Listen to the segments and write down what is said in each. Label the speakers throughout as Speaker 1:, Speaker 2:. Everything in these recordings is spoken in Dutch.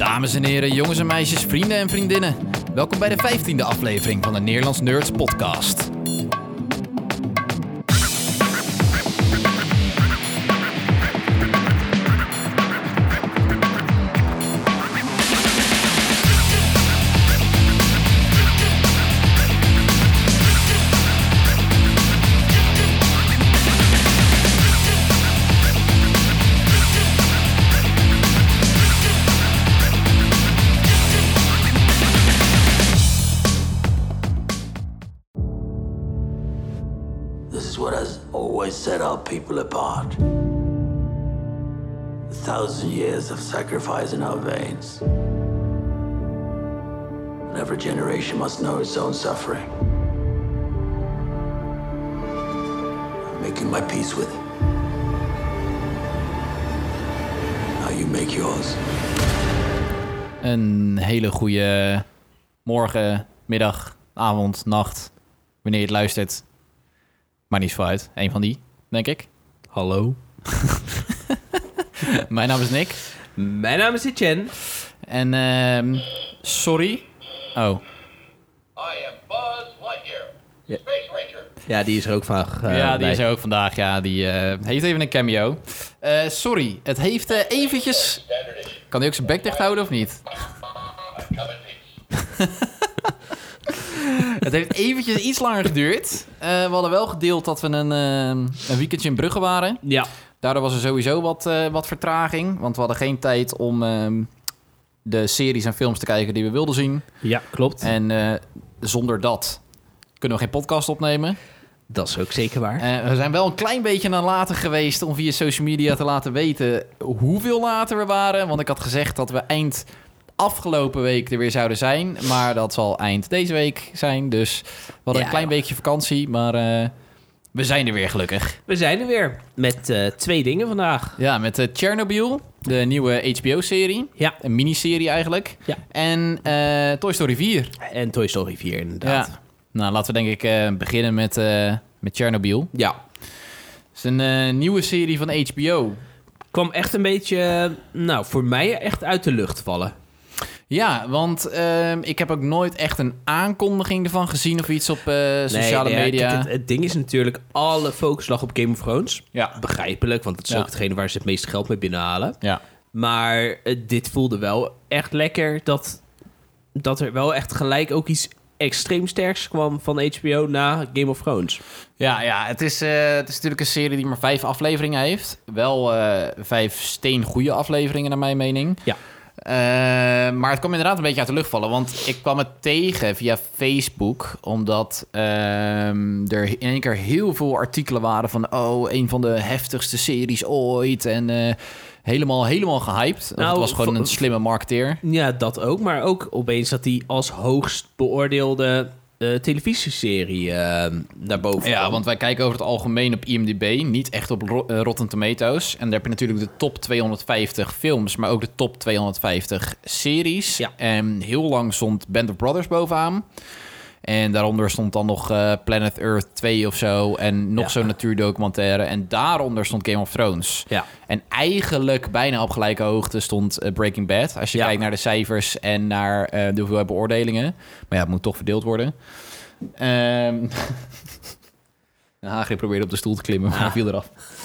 Speaker 1: Dames en heren, jongens en meisjes, vrienden en vriendinnen. Welkom bij de 15e aflevering van de Nederlands Nerds podcast.
Speaker 2: Set our people apart. 1,000 years of sacrifice in our veins. And every generation must know its own suffering. I'm making my peace with it. Now you make yours.
Speaker 1: Een hele goede morgen, middag, avond, nacht, wanneer je het luistert. Maar niet zo uit. Eén van die, denk ik.
Speaker 3: Hallo.
Speaker 1: Mijn naam is Nick.
Speaker 3: Mijn naam is Etienne.
Speaker 1: En sorry. Oh.
Speaker 4: I am Buzz Lightyear, Space Ranger.
Speaker 3: Ja, die is er ook vandaag.
Speaker 1: Ja, die is er ook vandaag. Ja, die heeft even een cameo. Sorry, het heeft eventjes... Kan hij ook zijn bek dicht houden of niet?
Speaker 4: Come in peace.
Speaker 1: Het heeft eventjes iets langer geduurd. We hadden wel gedeeld dat we een weekendje in Brugge waren.
Speaker 3: Ja.
Speaker 1: Daardoor was er sowieso wat vertraging. Want we hadden geen tijd om de series en films te kijken die we wilden zien.
Speaker 3: Ja, klopt.
Speaker 1: En zonder dat kunnen we geen podcast opnemen.
Speaker 3: Dat is ook zeker waar.
Speaker 1: We zijn wel een klein beetje nalatig geweest om via social media te laten weten hoeveel later we waren. Want ik had gezegd dat we eind afgelopen week er weer zouden zijn. Maar dat zal eind deze week zijn. Dus we hadden een klein weekje vakantie. Maar we zijn er weer gelukkig.
Speaker 3: We zijn er weer met 2 dingen vandaag.
Speaker 1: Ja, met Chernobyl, de nieuwe HBO-serie.
Speaker 3: Ja.
Speaker 1: Een miniserie eigenlijk.
Speaker 3: Ja.
Speaker 1: En Toy Story 4.
Speaker 3: En Toy Story 4 inderdaad.
Speaker 1: Ja. Nou, laten we denk ik beginnen met Chernobyl.
Speaker 3: Ja.
Speaker 1: Het is een nieuwe serie van HBO.
Speaker 3: Kwam echt een beetje, voor mij echt uit de lucht vallen.
Speaker 1: Ja, want ik heb ook nooit echt een aankondiging ervan gezien of iets op sociale media.
Speaker 3: Kijk, het ding is natuurlijk, alle focus lag op Game of Thrones.
Speaker 1: Ja.
Speaker 3: Begrijpelijk, want dat is ook hetgene waar ze het meeste geld mee binnenhalen.
Speaker 1: Ja.
Speaker 3: Maar dit voelde wel echt lekker dat er wel echt gelijk ook iets extreem sterks kwam van HBO na Game of Thrones.
Speaker 1: Ja, het is natuurlijk een serie die maar 5 afleveringen heeft. Wel 5 steengoede afleveringen naar mijn mening.
Speaker 3: Ja.
Speaker 1: Maar het kwam inderdaad een beetje uit de lucht vallen. Want ik kwam het tegen via Facebook. Omdat er in één keer heel veel artikelen waren van... een van de heftigste series ooit. En helemaal gehyped. Het was gewoon een slimme marketeer.
Speaker 3: Ja, dat ook. Maar ook opeens dat hij als hoogst beoordeelde televisieserie naar boven kwam.
Speaker 1: Ja, want wij kijken over het algemeen op IMDb, niet echt op Rotten Tomatoes. En daar heb je natuurlijk de top 250 films, maar ook de top 250 series.
Speaker 3: Ja.
Speaker 1: En heel lang stond Band of Brothers bovenaan. En daaronder stond dan nog Planet Earth 2 of zo. En nog zo'n natuurdocumentaire. En daaronder stond Game of Thrones.
Speaker 3: Ja.
Speaker 1: En eigenlijk bijna op gelijke hoogte stond Breaking Bad. Als je kijkt naar de cijfers en naar de hoeveelheid beoordelingen. Maar ja, het moet toch verdeeld worden. Hagrid probeerde op de stoel te klimmen, maar hij viel eraf.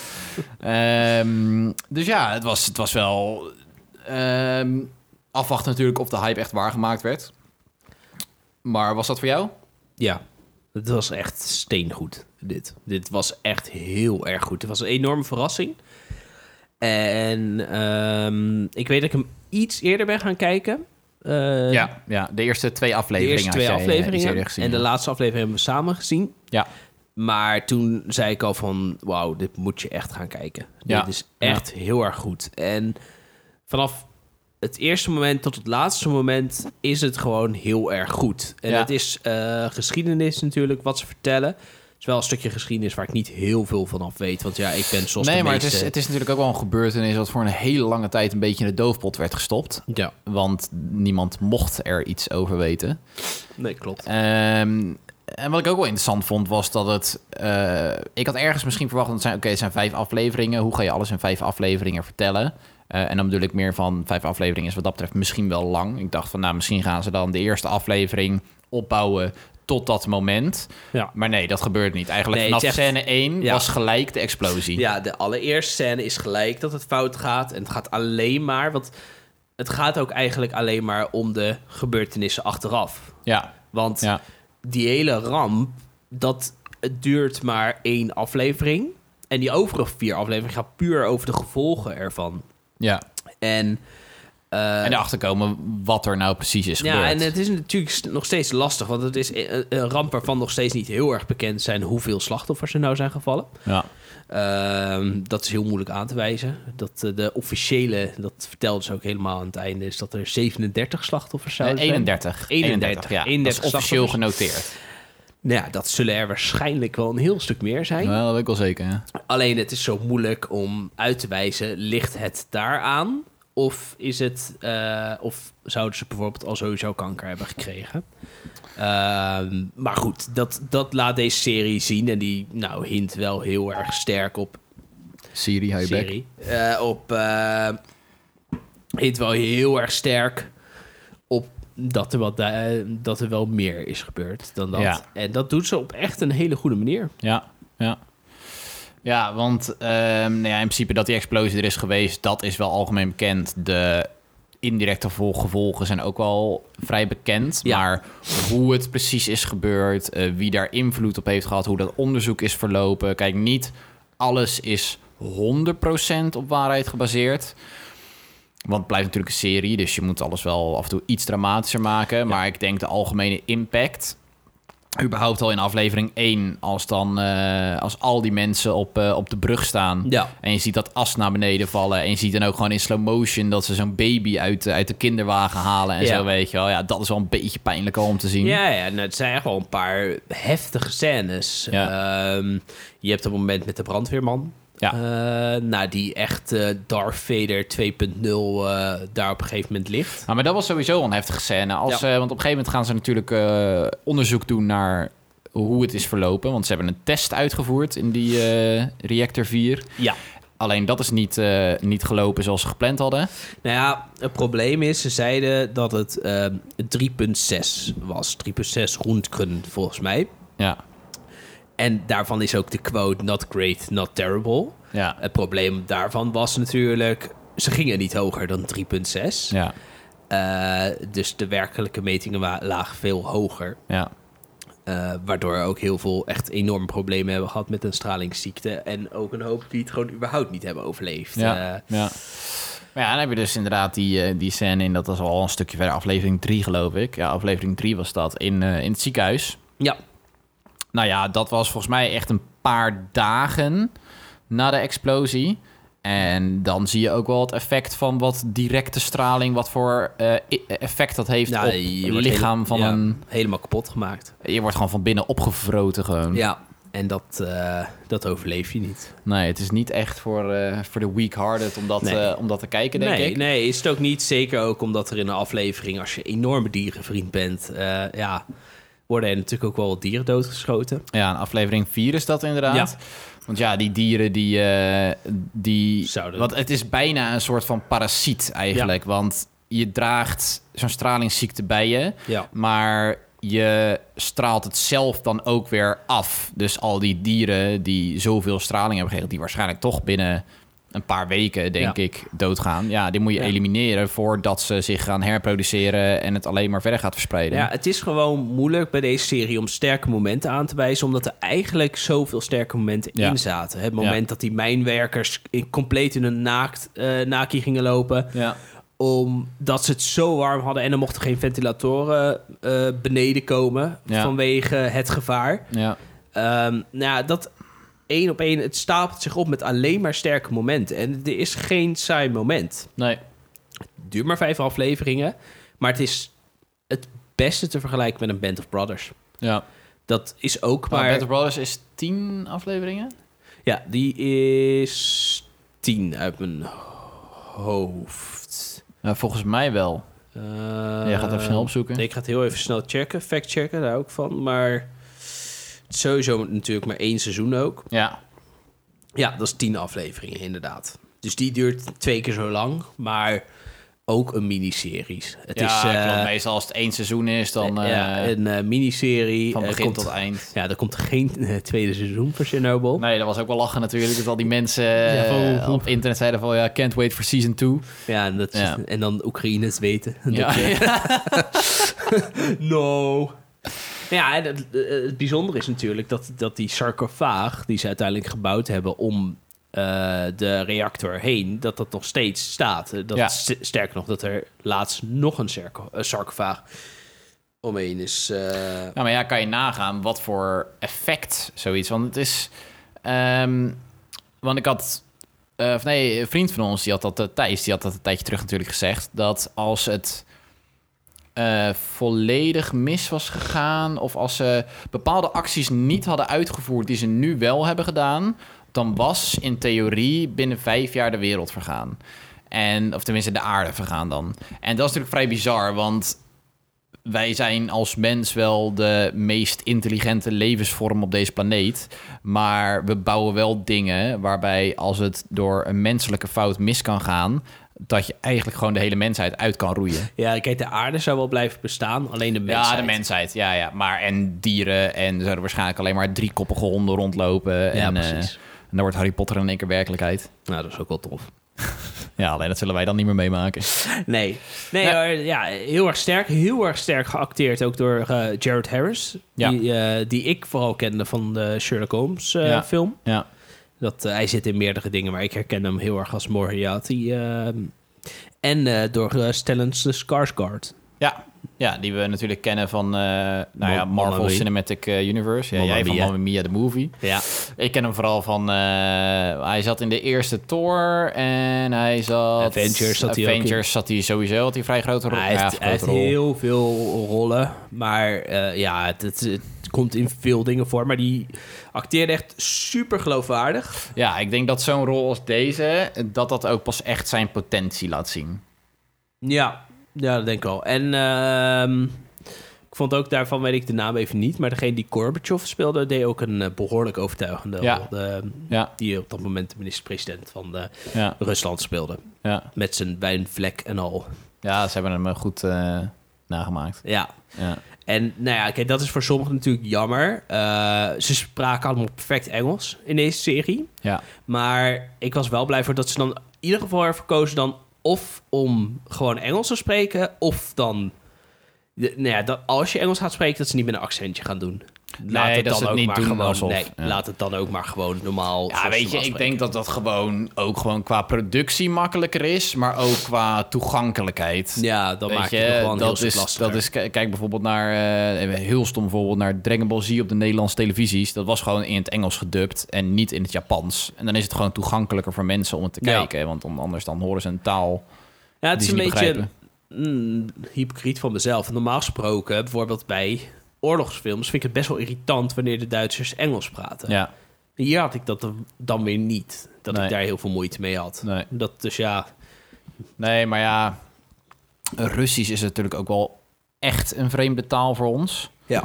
Speaker 1: Dus ja, het was wel... afwachten natuurlijk of de hype echt waargemaakt werd. Maar was dat voor jou?
Speaker 3: Ja, het was echt steengoed, dit was echt heel erg goed. Het was een enorme verrassing. En ik weet dat ik hem iets eerder ben gaan kijken.
Speaker 1: Ja, de eerste 2 afleveringen.
Speaker 3: De eerste 2 afleveringen.
Speaker 1: Gezien,
Speaker 3: en de laatste aflevering hebben we samen gezien.
Speaker 1: Ja.
Speaker 3: Maar toen zei ik al van, wauw, dit moet je echt gaan kijken.
Speaker 1: Ja.
Speaker 3: Dit is echt heel erg goed. En vanaf het eerste moment tot het laatste moment is het gewoon heel erg goed. En het is geschiedenis natuurlijk, wat ze vertellen. Het is wel een stukje geschiedenis waar ik niet heel veel van af weet. Want ja, ik ben zoals
Speaker 1: Nee,
Speaker 3: de
Speaker 1: maar
Speaker 3: meeste...
Speaker 1: het is natuurlijk ook wel een gebeurtenis... wat voor een hele lange tijd een beetje in de doofpot werd gestopt.
Speaker 3: Ja.
Speaker 1: Want niemand mocht er iets over weten.
Speaker 3: Nee, klopt.
Speaker 1: En wat ik ook wel interessant vond, was dat het... ik had ergens misschien verwacht dat het zijn 5 afleveringen. Hoe ga je alles in 5 afleveringen vertellen? En dan bedoel ik meer van 5 afleveringen is wat dat betreft misschien wel lang. Ik dacht van, nou, misschien gaan ze dan de eerste aflevering opbouwen tot dat moment.
Speaker 3: Ja.
Speaker 1: Maar nee, dat gebeurt niet. Eigenlijk
Speaker 3: Nee,
Speaker 1: vanaf
Speaker 3: het is echt-
Speaker 1: scène 1
Speaker 3: Ja.
Speaker 1: was gelijk de explosie.
Speaker 3: Ja, de allereerste scène is gelijk dat het fout gaat. En het gaat alleen maar... Want het gaat ook eigenlijk alleen maar om de gebeurtenissen achteraf.
Speaker 1: Ja.
Speaker 3: Want
Speaker 1: Ja.
Speaker 3: die hele ramp, het duurt maar 1 aflevering. En die overige 4 afleveringen gaan puur over de gevolgen ervan.
Speaker 1: Ja.
Speaker 3: En
Speaker 1: En erachter komen wat er nou precies is gebeurd.
Speaker 3: ja, en het is natuurlijk nog steeds lastig. Want het is een ramp waarvan nog steeds niet heel erg bekend zijn hoeveel slachtoffers er nou zijn gevallen.
Speaker 1: Ja.
Speaker 3: Dat is heel moeilijk aan te wijzen. Dat de officiële, dat vertelden ze ook helemaal aan het einde, is dat er 37 slachtoffers zouden zijn.
Speaker 1: 31.
Speaker 3: 31,
Speaker 1: ja.
Speaker 3: 31
Speaker 1: dat is officieel
Speaker 3: slachtoffers.
Speaker 1: genoteerd.
Speaker 3: Nou ja, dat zullen er waarschijnlijk wel een heel stuk meer zijn.
Speaker 1: Ja, dat weet ik wel zeker. Ja.
Speaker 3: Alleen het is zo moeilijk om uit te wijzen, ligt het daaraan? Of is het, of zouden ze bijvoorbeeld al sowieso kanker hebben gekregen? Maar goed, dat laat deze serie zien. En die hint wel heel erg sterk op
Speaker 1: Siri, hou je bek.
Speaker 3: serie. Hint wel heel erg sterk op dat er wel meer is gebeurd dan dat.
Speaker 1: Ja.
Speaker 3: En dat doet ze op echt een hele goede manier.
Speaker 1: Ja, ja. Ja, want in principe dat die explosie er is geweest, dat is wel algemeen bekend. De indirecte gevolgen zijn ook wel vrij bekend.
Speaker 3: Ja.
Speaker 1: Maar hoe het precies is gebeurd, wie daar invloed op heeft gehad, hoe dat onderzoek is verlopen. Kijk, niet alles is 100% op waarheid gebaseerd. Want het blijft natuurlijk een serie, dus je moet alles wel af en toe iets dramatischer maken. Ja. Maar ik denk de algemene impact, überhaupt al in aflevering 1, als al die mensen op de brug staan.
Speaker 3: Ja.
Speaker 1: En je ziet dat as naar beneden vallen. En je ziet dan ook gewoon in slow motion dat ze zo'n baby uit de kinderwagen halen. En zo, weet je wel. Ja, dat is wel een beetje pijnlijk om te zien.
Speaker 3: Ja, het zijn echt wel een paar heftige scènes.
Speaker 1: Ja.
Speaker 3: Je hebt het moment met de brandweerman.
Speaker 1: Ja.
Speaker 3: Die echt Darth Vader 2.0 daar op een gegeven moment ligt.
Speaker 1: Maar dat was sowieso een heftige scène. Want op een gegeven moment gaan ze natuurlijk onderzoek doen naar hoe het is verlopen. Want ze hebben een test uitgevoerd in die reactor 4.
Speaker 3: Ja.
Speaker 1: Alleen dat is niet gelopen zoals ze gepland hadden.
Speaker 3: Nou ja, het probleem is, ze zeiden dat het 3.6 was. 3.6 Rundgren, volgens mij.
Speaker 1: Ja.
Speaker 3: En daarvan is ook de quote not great, not terrible.
Speaker 1: Ja.
Speaker 3: Het probleem daarvan was natuurlijk, ze gingen niet hoger dan 3.6.
Speaker 1: Ja.
Speaker 3: Dus de werkelijke metingen lagen veel hoger.
Speaker 1: Ja.
Speaker 3: Waardoor ook heel veel echt enorme problemen hebben gehad met een stralingsziekte. En ook een hoop die het gewoon überhaupt niet hebben overleefd.
Speaker 1: Ja. Ja. Maar ja, dan heb je dus inderdaad die scène in, dat was al een stukje verder, aflevering 3 geloof ik. Ja, aflevering 3 was dat, in het ziekenhuis.
Speaker 3: Ja.
Speaker 1: Nou ja, dat was volgens mij echt een paar dagen na de explosie. En dan zie je ook wel het effect van wat directe straling, wat voor effect dat heeft op het lichaam van een...
Speaker 3: helemaal kapot gemaakt.
Speaker 1: Je wordt gewoon van binnen opgevroten gewoon.
Speaker 3: Ja, en dat overleef je niet.
Speaker 1: Nee, het is niet echt voor de weak-hearted om dat te kijken, denk ik.
Speaker 3: Nee, is het ook niet. Zeker ook omdat er in een aflevering, als je enorme dierenvriend bent, worden er natuurlijk ook wel wat dieren doodgeschoten.
Speaker 1: Ja, in aflevering 4 is dat inderdaad.
Speaker 3: Ja.
Speaker 1: Want ja, die dieren die
Speaker 3: zouden...
Speaker 1: Want het is bijna een soort van parasiet eigenlijk. Ja. Want je draagt zo'n stralingsziekte bij je.
Speaker 3: Ja.
Speaker 1: Maar je straalt het zelf dan ook weer af. Dus al die dieren die zoveel straling hebben gekregen, die waarschijnlijk toch binnen een paar weken, denk ik, doodgaan. Ja, die moet je elimineren voordat ze zich gaan herproduceren en het alleen maar verder gaat verspreiden.
Speaker 3: Ja, het is gewoon moeilijk bij deze serie om sterke momenten aan te wijzen, omdat er eigenlijk zoveel sterke momenten in zaten. Het moment dat die mijnwerkers compleet in een naki gingen lopen, omdat ze het zo warm hadden en er mochten geen ventilatoren beneden komen vanwege het gevaar. Ja. Dat 1 op 1, het stapelt zich op met alleen maar sterke momenten. En er is geen saai moment.
Speaker 1: Nee.
Speaker 3: Het duurt maar 5 afleveringen. Maar het is het beste te vergelijken met een Band of Brothers.
Speaker 1: Ja.
Speaker 3: Dat is ook maar...
Speaker 1: Band of Brothers is 10 afleveringen?
Speaker 3: Ja, die is 10 uit mijn hoofd.
Speaker 1: Volgens mij wel. Jij gaat even snel opzoeken.
Speaker 3: Ik ga het heel even snel checken. Fact-checken, daar ook van. Maar... sowieso natuurlijk maar 1 seizoen ook.
Speaker 1: Ja.
Speaker 3: Ja, dat is 10 afleveringen inderdaad. Dus die duurt 2 keer zo lang, maar ook een miniseries. Het
Speaker 1: Ja,
Speaker 3: is
Speaker 1: klopt. Meestal als het 1 seizoen is, dan
Speaker 3: een miniserie.
Speaker 1: van begin
Speaker 3: komt,
Speaker 1: tot eind.
Speaker 3: Ja, er komt geen tweede seizoen voor Chernobyl.
Speaker 1: Nee, dat was ook wel lachen natuurlijk. Dat al die mensen
Speaker 3: van-
Speaker 1: op internet zeiden van... ja, can't wait for season 2.
Speaker 3: Ja, en dan Oekraïne het weten.
Speaker 1: Ja.
Speaker 3: No. Ja, en het bijzondere is natuurlijk dat die sarcofaag... die ze uiteindelijk gebouwd hebben om de reactor heen... dat nog steeds staat. Sterker nog, dat er laatst nog een sarcofaag omheen is.
Speaker 1: Nou, maar ja, kan je nagaan wat voor effect zoiets... Want het is... want ik had... een vriend van ons, die had dat, Thijs, die had dat een tijdje terug natuurlijk gezegd... dat als het volledig mis was gegaan... of als ze bepaalde acties niet hadden uitgevoerd... die ze nu wel hebben gedaan... dan was in theorie binnen 5 jaar de wereld vergaan. Of tenminste de aarde vergaan dan. En dat is natuurlijk vrij bizar, want... wij zijn als mens wel de meest intelligente levensvorm op deze planeet. Maar we bouwen wel dingen waarbij als het door een menselijke fout mis kan gaan... dat je eigenlijk gewoon de hele mensheid uit kan roeien.
Speaker 3: Ja, kijk, de aarde zou wel blijven bestaan, alleen de mensheid.
Speaker 1: Ja, de mensheid, ja. Maar en dieren en er zouden waarschijnlijk alleen maar 3-koppige honden rondlopen.
Speaker 3: Ja,
Speaker 1: en,
Speaker 3: precies.
Speaker 1: En dan wordt Harry Potter in één keer werkelijkheid.
Speaker 3: Nou, dat is ook wel tof.
Speaker 1: Ja, alleen dat zullen wij dan niet meer meemaken.
Speaker 3: Nee, maar ja, heel erg sterk geacteerd ook door Jared Harris.
Speaker 1: Ja.
Speaker 3: Die ik vooral kende van de Sherlock Holmes film.
Speaker 1: Ja.
Speaker 3: Hij zit in meerdere dingen, maar ik herken hem heel erg als Moriarty. En door Stellan Skarsgård.
Speaker 1: Ja, die we natuurlijk kennen van Marvel
Speaker 3: Mamma
Speaker 1: Cinematic Universe. Ja,
Speaker 3: Mamma
Speaker 1: jij van
Speaker 3: Mia.
Speaker 1: Mamma Mia, de movie.
Speaker 3: Ja.
Speaker 1: Ik ken hem vooral van... hij zat in de eerste Thor en hij zat...
Speaker 3: Avengers zat hij ook in.
Speaker 1: Avengers zat hij sowieso, had hij een vrij grote rol.
Speaker 3: Hij heeft heel veel rollen, maar het komt in veel dingen voor. Maar die acteerde echt super geloofwaardig.
Speaker 1: Ja, ik denk dat zo'n rol als deze... dat ook pas echt zijn potentie laat zien.
Speaker 3: Ja, dat denk ik wel. En ik vond ook daarvan, weet ik de naam even niet... maar degene die Gorbachev speelde... deed ook een behoorlijk overtuigende rol. Die op dat moment de minister-president van Rusland speelde. Ja. Met zijn wijnvlek en al.
Speaker 1: Ja, ze hebben hem goed nagemaakt.
Speaker 3: Ja. En nou ja, kijk, dat is voor sommigen natuurlijk jammer. Ze spraken allemaal perfect Engels in deze serie. Ja. Maar ik was wel blij voor dat ze dan in ieder geval ervoor kozen dan... of om gewoon Engels te spreken, of dan... als je Engels gaat spreken, dat ze niet met een accentje gaan doen. Laat het dan ook maar gewoon normaal.
Speaker 1: Ja, weet je, ik denk dat dat gewoon qua productie makkelijker is, maar ook qua toegankelijkheid.
Speaker 3: Ja, dat maakt het nog gewoon heel lastiger.
Speaker 1: Dat is, kijk bijvoorbeeld naar, heel stom bijvoorbeeld naar Dragon Ball Z op de Nederlandse televisies. Dat was gewoon in het Engels gedubt en niet in het Japans. En dan is het gewoon toegankelijker voor mensen om het te kijken, want anders dan horen ze een taal.
Speaker 3: Ja, het is
Speaker 1: die
Speaker 3: een
Speaker 1: ze
Speaker 3: beetje
Speaker 1: begrijpen.
Speaker 3: Hypocriet van mezelf. Normaal gesproken, bijvoorbeeld bij oorlogsfilms, vind ik het best wel irritant wanneer de Duitsers Engels praten. Ja. Hier had ik dat dan weer niet. Dat ik daar heel veel moeite mee had.
Speaker 1: Nee.
Speaker 3: Dat dus ja.
Speaker 1: Nee, maar ja, Russisch is natuurlijk ook wel echt een vreemde taal voor ons.
Speaker 3: Ja.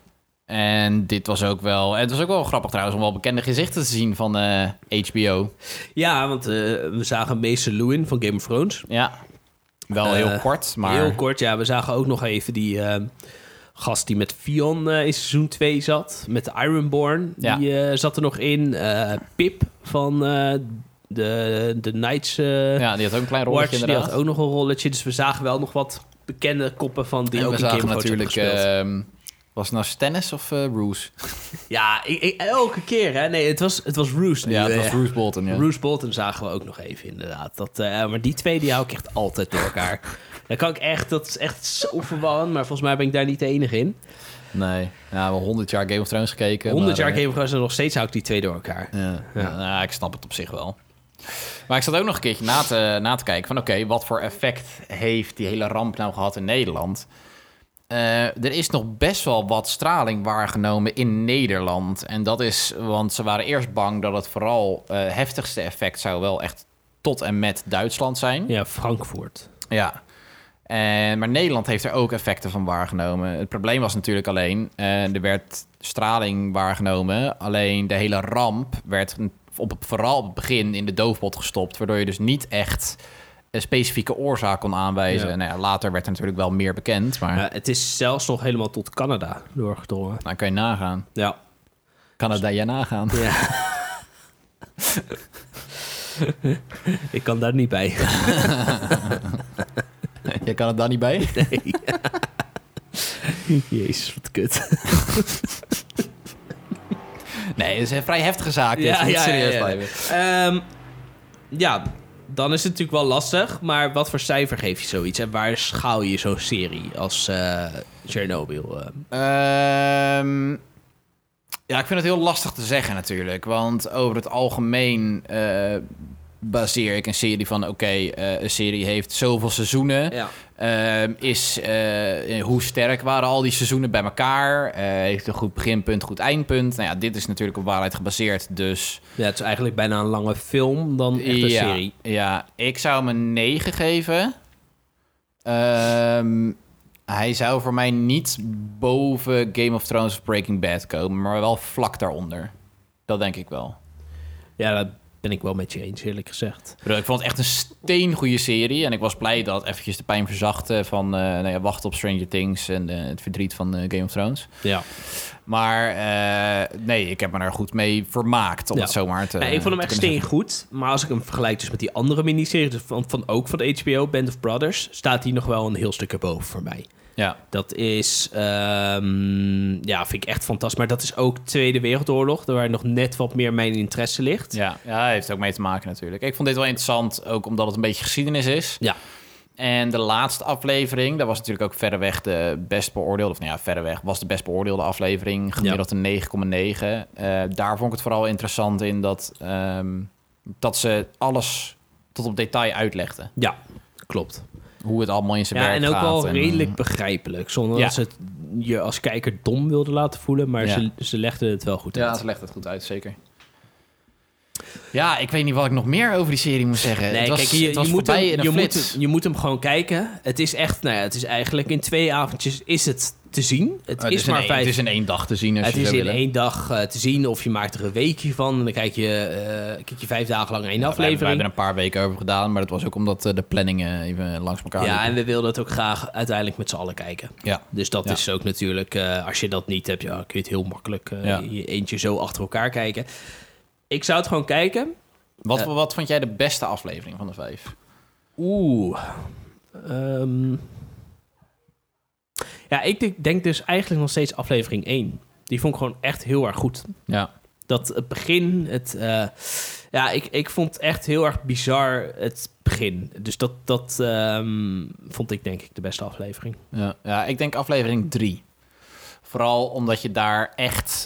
Speaker 1: En dit was ook wel... Het was ook wel grappig trouwens om wel bekende gezichten te zien van HBO.
Speaker 3: Ja, want we zagen Mace Lewin van Game of Thrones.
Speaker 1: Ja, wel heel kort, maar...
Speaker 3: Heel kort, ja. We zagen ook nog even die gast die met Fion in seizoen 2 zat. Met Ironborn, die zat er nog in. Pip van de Knights
Speaker 1: ja, die had ook een klein rolletje inderdaad.
Speaker 3: Die had ook nog een rolletje. Dus we zagen wel nog wat bekende koppen van die en ook in Game of Thrones natuurlijk.
Speaker 1: Was het nou Stannis of Roose?
Speaker 3: Ja, elke keer, hè? Nee, het was Roose.
Speaker 1: Ja, het was Roose Bolton, ja.
Speaker 3: Roose Bolton zagen we ook nog even, inderdaad. Maar die twee, die hou ik echt altijd door elkaar. Dat is echt zo verwarrend, maar volgens mij ben ik daar niet de enige in.
Speaker 1: Nee, ja, we 100 jaar Game of Thrones gekeken.
Speaker 3: 100 jaar Game of Thrones en nog steeds hou ik die twee door elkaar.
Speaker 1: Ja, ik snap het op zich wel. Maar ik zat ook nog een keertje na te kijken van oké, wat voor effect heeft die hele ramp nou gehad in Nederland? Er is nog best wel wat straling waargenomen in Nederland. En dat is, want ze waren eerst bang dat het vooral heftigste effect zou wel echt tot en met Duitsland zijn.
Speaker 3: Ja, Frankfurt.
Speaker 1: Ja. Maar Nederland heeft er ook effecten van waargenomen. Het probleem was natuurlijk alleen, er werd straling waargenomen. Alleen de hele ramp werd vooral op het begin in de doofpot gestopt, waardoor je dus niet echt een specifieke oorzaak kon aanwijzen.
Speaker 3: Ja.
Speaker 1: Nou ja, later werd er natuurlijk wel meer bekend, maar
Speaker 3: Het is zelfs nog helemaal tot Canada doorgedrongen.
Speaker 1: dan kan je nagaan.
Speaker 3: Ja.
Speaker 1: Canada, ja nagaan.
Speaker 3: Ja. Ik kan daar niet bij.
Speaker 1: Je kan het daar niet bij?
Speaker 3: Nee. Jezus, wat kut.
Speaker 1: Nee, het is een vrij heftige zaak. Dit.
Speaker 3: Ja,
Speaker 1: Niet
Speaker 3: ja,
Speaker 1: serieus
Speaker 3: ja, ja.
Speaker 1: blijven.
Speaker 3: Ja, dan is het natuurlijk wel lastig. Maar wat voor cijfer geef je zoiets? En waar schaal je zo'n serie als Chernobyl?
Speaker 1: Ja, ik vind het heel lastig te zeggen natuurlijk. Want over het algemeen baseer ik een serie van... een serie heeft zoveel seizoenen.
Speaker 3: Ja.
Speaker 1: Hoe sterk waren al die seizoenen bij elkaar? Heeft een goed beginpunt, goed eindpunt? Nou ja, dit is natuurlijk op waarheid gebaseerd, dus...
Speaker 3: Ja, het is eigenlijk bijna een lange film dan echt een serie.
Speaker 1: Ja, ik zou hem een 9 geven. Hij zou voor mij niet boven Game of Thrones of Breaking Bad komen, maar wel vlak daaronder. Dat denk ik wel.
Speaker 3: Ja, dat ben ik wel met je eens, eerlijk gezegd.
Speaker 1: Ik vond het echt een steengoede serie. En ik was blij dat eventjes de pijn verzachtte van wachten op Stranger Things en het verdriet van Game of Thrones.
Speaker 3: Ja.
Speaker 1: Maar nee, ik heb me daar goed mee vermaakt, om het zomaar te...
Speaker 3: Ja, ik vond hem echt steengoed. Maar als ik hem vergelijk dus met die andere miniseries van de HBO, Band of Brothers, staat hij nog wel een heel stuk erboven voor mij.
Speaker 1: Ja.
Speaker 3: Dat is, vind ik echt fantastisch. Maar dat is ook Tweede Wereldoorlog, waar nog net wat meer mijn interesse ligt.
Speaker 1: Ja, heeft ook mee te maken natuurlijk. Ik vond dit wel interessant, ook omdat het een beetje geschiedenis is.
Speaker 3: Ja.
Speaker 1: En de laatste aflevering, dat was natuurlijk ook verreweg de best beoordeelde... of nou ja, verreweg was de best beoordeelde aflevering. Gemiddeld een 9,9. Daar vond ik het vooral interessant in dat ze alles tot op detail uitlegden.
Speaker 3: Ja, klopt.
Speaker 1: Hoe het allemaal in zijn werk gaat.
Speaker 3: En ook wel redelijk begrijpelijk. Zonder dat ze het je als kijker dom wilden laten voelen. Maar ze legden het wel goed uit.
Speaker 1: Ja, ze legden het goed uit, zeker. Ja, ik weet niet wat ik nog meer over die serie moet zeggen.
Speaker 3: Nee, je moet hem gewoon kijken. Het is echt, het is eigenlijk in 2 avondjes is het te zien. Het is
Speaker 1: in 1 dag te zien.
Speaker 3: Het is in 1 dag te zien, of je maakt er een weekje van. En dan kijk je 5 dagen lang 1 aflevering.
Speaker 1: We hebben er een paar weken over gedaan, maar dat was ook omdat de planningen even langs elkaar liepen.
Speaker 3: Ja, en we wilden het ook graag uiteindelijk met z'n allen kijken.
Speaker 1: Ja.
Speaker 3: Dus dat is ook natuurlijk, als je dat niet hebt, kun je het heel makkelijk je eentje zo achter elkaar kijken. Ik zou het gewoon kijken.
Speaker 1: Wat vond jij de beste aflevering van de 5?
Speaker 3: Ik denk dus eigenlijk nog steeds aflevering 1. Die vond ik gewoon echt heel erg goed.
Speaker 1: Ja.
Speaker 3: Dat het begin, ik vond echt heel erg bizar het begin. Dus dat vond ik denk ik de beste aflevering.
Speaker 1: Ja, ik denk aflevering 3. Vooral omdat je daar echt...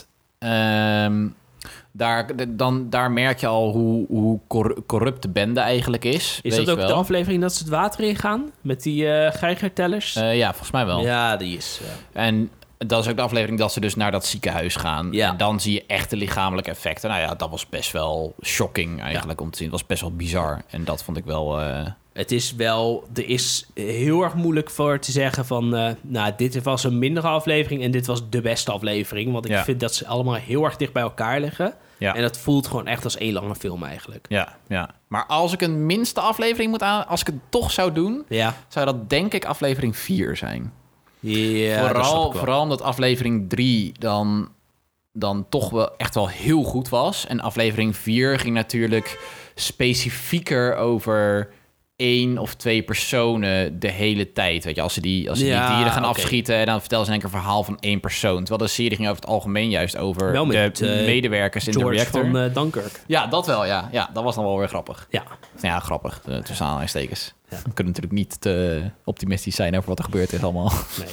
Speaker 1: Daar merk je al hoe corrupt de bende eigenlijk is.
Speaker 3: Is dat ook de aflevering dat ze het water ingaan? Met die geigertellers?
Speaker 1: Ja, volgens mij wel.
Speaker 3: Ja, die is...
Speaker 1: En dat is ook de aflevering dat ze dus naar dat ziekenhuis gaan. Ja. En dan zie je echt de lichamelijke effecten. Nou ja, dat was best wel shocking eigenlijk om te zien. Het was best wel bizar. En dat vond ik wel...
Speaker 3: Het is wel... Er is heel erg moeilijk voor te zeggen van... dit was een mindere aflevering en dit was de beste aflevering. Want ik vind dat ze allemaal heel erg dicht bij elkaar liggen. Ja. En dat voelt gewoon echt als 1 lange film eigenlijk.
Speaker 1: Ja. Maar als ik een minste aflevering als ik het toch zou doen... zou dat denk ik aflevering 4 zijn.
Speaker 3: Ja,
Speaker 1: vooral omdat aflevering 3 dan toch wel echt wel heel goed was. En aflevering 4 ging natuurlijk specifieker over 1 of 2 personen de hele tijd. Weet je, als ze die dieren gaan afschieten... en dan vertellen ze in één keer een verhaal van 1 persoon. Terwijl de serie ging over het algemeen juist over de medewerkers in
Speaker 3: George
Speaker 1: de reactor.
Speaker 3: Van Dunkirk.
Speaker 1: Ja, dat wel, ja. Ja, dat was dan wel weer grappig.
Speaker 3: Ja,
Speaker 1: grappig. Tussen aanhalingstekens. Ja. We kunnen natuurlijk niet te optimistisch zijn over wat er gebeurd is allemaal.
Speaker 3: Nee.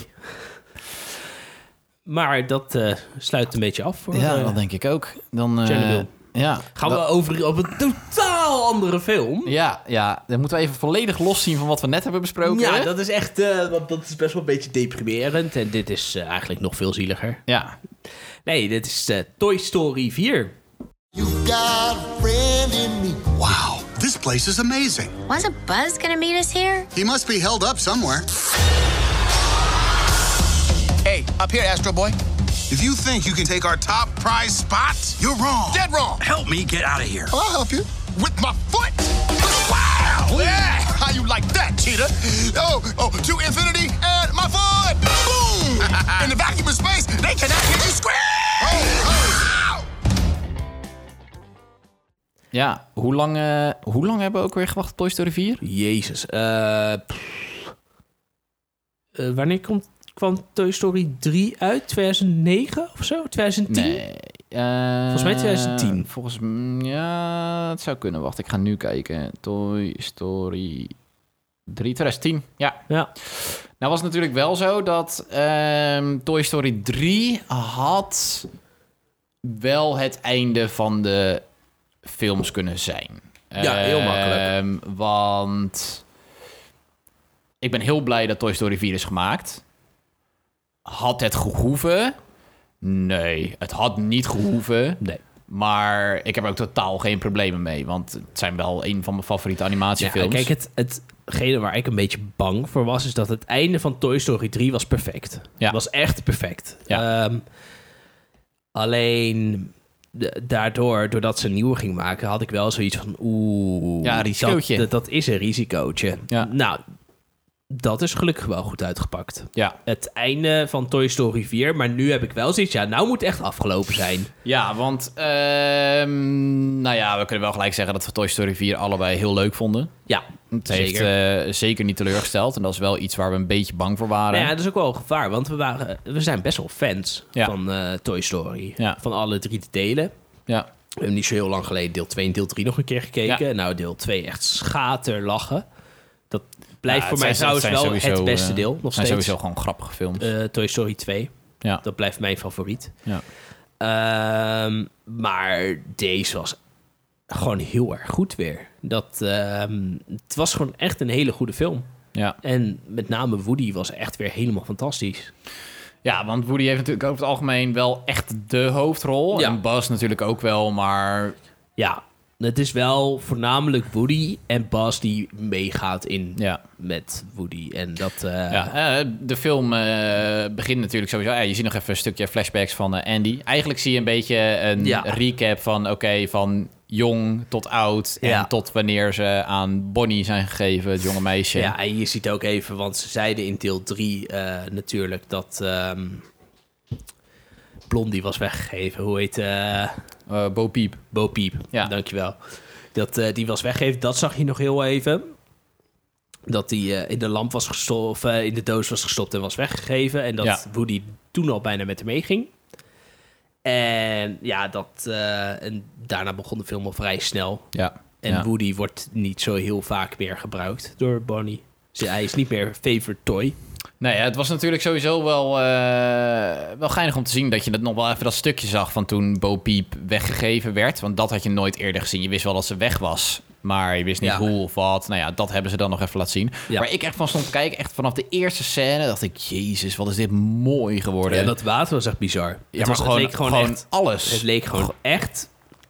Speaker 3: Maar dat sluit een beetje af voor...
Speaker 1: dat denk ik ook. Dan
Speaker 3: gaan we over op een totaal andere film.
Speaker 1: Ja. Dan moeten we even volledig loszien van wat we net hebben besproken.
Speaker 3: Ja, dat is echt... want dat is best wel een beetje deprimerend. En dit is eigenlijk nog veel zieliger.
Speaker 1: Ja.
Speaker 3: Nee, dit is Toy Story 4.
Speaker 5: You got a friend in me.
Speaker 6: Wow, this place is amazing.
Speaker 7: Wasn't Buzz gonna meet us here?
Speaker 6: He must be held up somewhere.
Speaker 8: Hey, up here, Astro Boy.
Speaker 6: If you think you can take our top prize spot, you're wrong.
Speaker 4: Dead wrong.
Speaker 6: Help me get out of here.
Speaker 5: I'll help you.
Speaker 4: With my foot. Wow. Yeah. How you like that, cheetah? Oh, to infinity and my foot. Boom. In the vacuum of space, they cannot hear you scream. Oh.
Speaker 1: Ja, hoe lang hebben we ook weer gewacht op Toy Story 4?
Speaker 3: Jezus. Wanneer kwam Toy Story 3 uit? 2009 of zo? 2010?
Speaker 1: Nee.
Speaker 3: Volgens mij 2010.
Speaker 1: Ja, het zou kunnen. Wacht, ik ga nu kijken. Toy Story 3, 2010. Ja. Nou was het natuurlijk wel zo dat Toy Story 3 had wel het einde van de films kunnen zijn.
Speaker 3: Ja, heel makkelijk.
Speaker 1: Want ik ben heel blij dat Toy Story 4 is gemaakt. Had het gehoeven? Nee, het had niet gehoeven.
Speaker 3: Nee.
Speaker 1: Maar ik heb er ook totaal geen problemen mee. Want het zijn wel een van mijn favoriete animatiefilms.
Speaker 3: Ja, kijk, hetgene waar ik een beetje bang voor was... is dat het einde van Toy Story 3 was perfect.
Speaker 1: Ja.
Speaker 3: Was echt perfect.
Speaker 1: Ja.
Speaker 3: Alleen... doordat ze een nieuwe ging maken... had ik wel zoiets van...
Speaker 1: Ja, risicootje.
Speaker 3: Dat is een risicootje.
Speaker 1: Ja.
Speaker 3: Nou, dat is gelukkig wel goed uitgepakt.
Speaker 1: Ja.
Speaker 3: Het einde van Toy Story 4... maar nu heb ik wel zoiets... ja, nou moet het echt afgelopen zijn.
Speaker 1: Ja, want... nou ja, we kunnen wel gelijk zeggen... dat we Toy Story 4 allebei heel leuk vonden.
Speaker 3: Ja,
Speaker 1: Het
Speaker 3: zeker.
Speaker 1: heeft zeker niet teleurgesteld. En dat is wel iets waar we een beetje bang voor waren.
Speaker 3: Nou ja, dat is ook wel een gevaar. Want we zijn best wel fans
Speaker 1: Ja.
Speaker 3: van Toy Story.
Speaker 1: Ja.
Speaker 3: Van alle 3 delen.
Speaker 1: Ja.
Speaker 3: We hebben niet zo heel lang geleden deel 2 en deel 3 nog een keer gekeken.
Speaker 1: Ja.
Speaker 3: Nou, deel 2 echt schaterlachen. Dat blijft
Speaker 1: Ja,
Speaker 3: voor
Speaker 1: het
Speaker 3: mij
Speaker 1: zijn
Speaker 3: trouwens wel
Speaker 1: sowieso,
Speaker 3: het beste deel. Nog
Speaker 1: Het zijn
Speaker 3: steeds.
Speaker 1: sowieso gewoon grappige films.
Speaker 3: Toy Story 2.
Speaker 1: Ja.
Speaker 3: Dat blijft mijn favoriet.
Speaker 1: Ja.
Speaker 3: Maar deze was gewoon heel erg goed weer. Het was gewoon echt een hele goede film.
Speaker 1: Ja.
Speaker 3: En met name Woody was echt weer helemaal fantastisch.
Speaker 1: Ja, want Woody heeft natuurlijk over het algemeen wel echt de hoofdrol.
Speaker 3: Ja.
Speaker 1: En Buzz natuurlijk ook wel, maar...
Speaker 3: Ja, het is wel voornamelijk Woody en Buzz die meegaat met Woody. En dat...
Speaker 1: de film begint natuurlijk sowieso... je ziet nog even een stukje flashbacks van Andy. Eigenlijk zie je een beetje een recap van... van jong tot oud en tot wanneer ze aan Bonnie zijn gegeven, het jonge meisje.
Speaker 3: Ja, en je ziet ook even, want ze zeiden in deel 3 natuurlijk dat Blondie was weggegeven. Hoe heet...
Speaker 1: Bo Peep.
Speaker 3: Bo Peep,
Speaker 1: Ja.
Speaker 3: dankjewel. Die was weggegeven, dat zag je nog heel even. Dat die in de lamp was gestopt, of in de doos was gestopt en was weggegeven. En dat Woody toen al bijna met hem meeging. En ja, en daarna begon de film al vrij snel.
Speaker 1: Ja.
Speaker 3: En Woody wordt niet zo heel vaak meer gebruikt door Bonnie. Dus hij is niet meer favorite toy.
Speaker 1: Nee, het was natuurlijk sowieso wel geinig om te zien... dat je nog wel even dat stukje zag van toen Bo Peep weggegeven werd. Want dat had je nooit eerder gezien. Je wist wel dat ze weg was, maar je wist niet hoe of wat. Nou ja, dat hebben ze dan nog even laten zien. Ja. Waar ik echt van stond te kijken, echt vanaf de eerste scène... dacht ik, jezus, wat is dit mooi geworden.
Speaker 3: Ja, dat water was echt bizar.
Speaker 1: Ja, maar het leek gewoon echt alles.
Speaker 3: Het leek gewoon echt.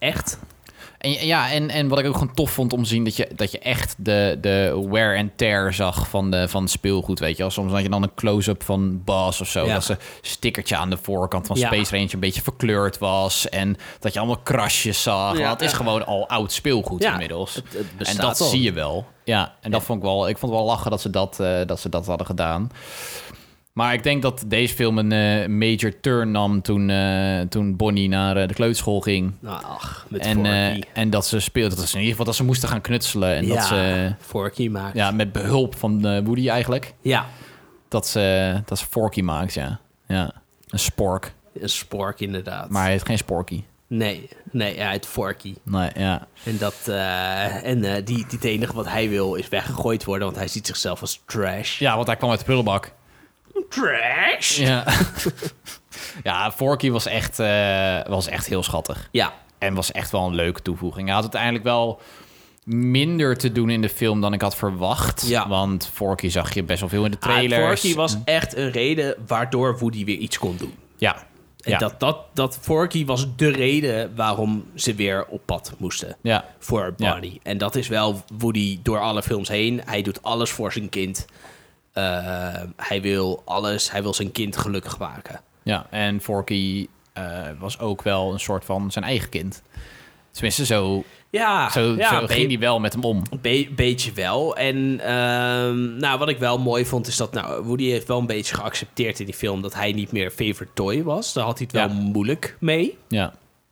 Speaker 1: En wat ik ook gewoon tof vond om te zien... dat je echt de wear and tear zag van speelgoed, weet je wel. Soms had je dan een close-up van Buzz of zo. Ja. Dat ze stickertje aan de voorkant van Space Ranger een beetje verkleurd was. En dat je allemaal krasjes zag. Ja, het is gewoon al oud speelgoed inmiddels. Het en dat zie je wel. Ja, en dat vond ik wel... Ik vond het wel lachen dat ze dat hadden gedaan. Maar ik denk dat deze film een major turn nam toen Bonnie naar de kleuterschool ging.
Speaker 3: Met Forky.
Speaker 1: En dat ze speelde. Dat ze in ieder geval dat ze moesten gaan knutselen. En dat ze
Speaker 3: Forky maakt.
Speaker 1: Ja, met behulp van Woody eigenlijk.
Speaker 3: Ja.
Speaker 1: Dat ze Forky maakt, ja. Een spork.
Speaker 3: Een spork, inderdaad.
Speaker 1: Maar hij heeft geen Sporky.
Speaker 3: Nee, hij heet Forky.
Speaker 1: Nee, ja.
Speaker 3: En het enige wat hij wil is weggegooid worden, want hij ziet zichzelf als trash.
Speaker 1: Ja, want hij kwam uit de prullenbak.
Speaker 3: Trash?
Speaker 1: Ja. Ja, Forky was echt heel schattig.
Speaker 3: Ja.
Speaker 1: En was echt wel een leuke toevoeging. Hij had uiteindelijk wel minder te doen in de film dan ik had verwacht. Ja. Want Forky zag je best wel veel in de trailers.
Speaker 3: Forky was echt een reden waardoor Woody weer iets kon doen.
Speaker 1: Ja.
Speaker 3: En dat Forky was de reden waarom ze weer op pad moesten. Ja. Voor Bonnie. Ja. En dat is wel Woody door alle films heen. Hij doet alles voor zijn kind. Hij wil alles. Hij wil zijn kind gelukkig maken.
Speaker 1: Ja, en Forky was ook wel een soort van zijn eigen kind. Tenminste, zo ging hij wel met hem om.
Speaker 3: Beetje wel. En wat ik wel mooi vond is dat... Woody heeft wel een beetje geaccepteerd in die film... dat hij niet meer favorite toy was. Daar had hij het wel moeilijk mee.
Speaker 1: Ja.